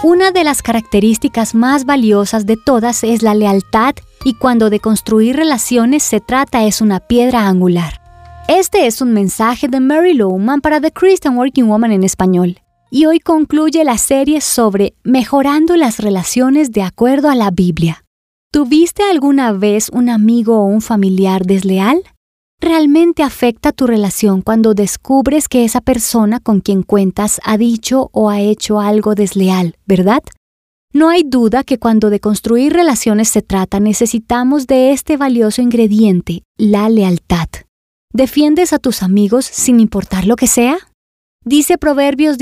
Una de las características más valiosas de todas es la lealtad, y cuando de construir relaciones se trata es una piedra angular. Este es un mensaje de Mary Lowman para The Christian Working Woman en español, y hoy concluye la serie sobre mejorando las relaciones de acuerdo a la Biblia. ¿Tuviste alguna vez un amigo o un familiar desleal? ¿Realmente afecta tu relación cuando descubres que esa persona con quien cuentas ha dicho o ha hecho algo desleal, verdad? No hay duda que cuando de construir relaciones se trata, necesitamos de este valioso ingrediente, la lealtad. ¿Defiendes a tus amigos sin importar lo que sea? Dice Proverbios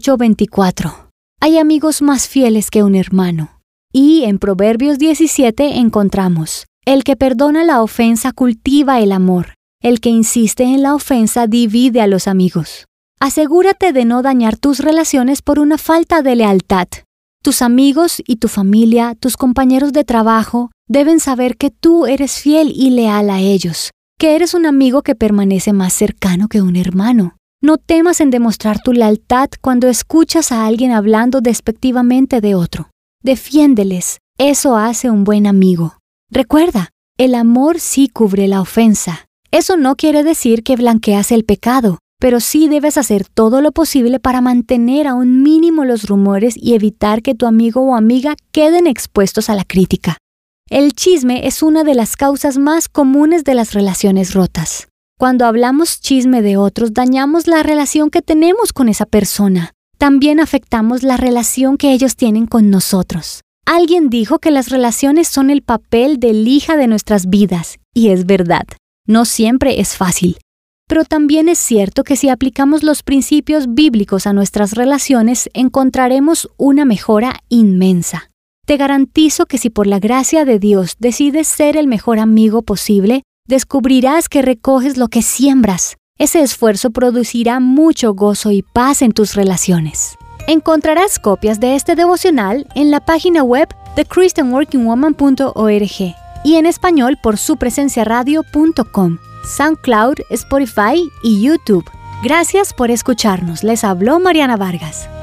18:24, hay amigos más fieles que un hermano. Y en Proverbios 17 encontramos, el que perdona la ofensa cultiva el amor. El que insiste en la ofensa divide a los amigos. Asegúrate de no dañar tus relaciones por una falta de lealtad. Tus amigos y tu familia, tus compañeros de trabajo, deben saber que tú eres fiel y leal a ellos, que eres un amigo que permanece más cercano que un hermano. No temas en demostrar tu lealtad cuando escuchas a alguien hablando despectivamente de otro. Defiéndeles, eso hace un buen amigo. Recuerda, el amor sí cubre la ofensa. Eso no quiere decir que blanqueas el pecado, pero sí debes hacer todo lo posible para mantener a un mínimo los rumores y evitar que tu amigo o amiga queden expuestos a la crítica. El chisme es una de las causas más comunes de las relaciones rotas. Cuando hablamos chisme de otros, dañamos la relación que tenemos con esa persona. También afectamos la relación que ellos tienen con nosotros. Alguien dijo que las relaciones son el papel de lija de nuestras vidas, y es verdad. No siempre es fácil, pero también es cierto que si aplicamos los principios bíblicos a nuestras relaciones, encontraremos una mejora inmensa. Te garantizo que si por la gracia de Dios decides ser el mejor amigo posible, descubrirás que recoges lo que siembras. Ese esfuerzo producirá mucho gozo y paz en tus relaciones. Encontrarás copias de este devocional en la página web de christianworkingwoman.org. y en español por supresenciaradio.com, SoundCloud, Spotify y YouTube. Gracias por escucharnos. Les habló Mariana Vargas.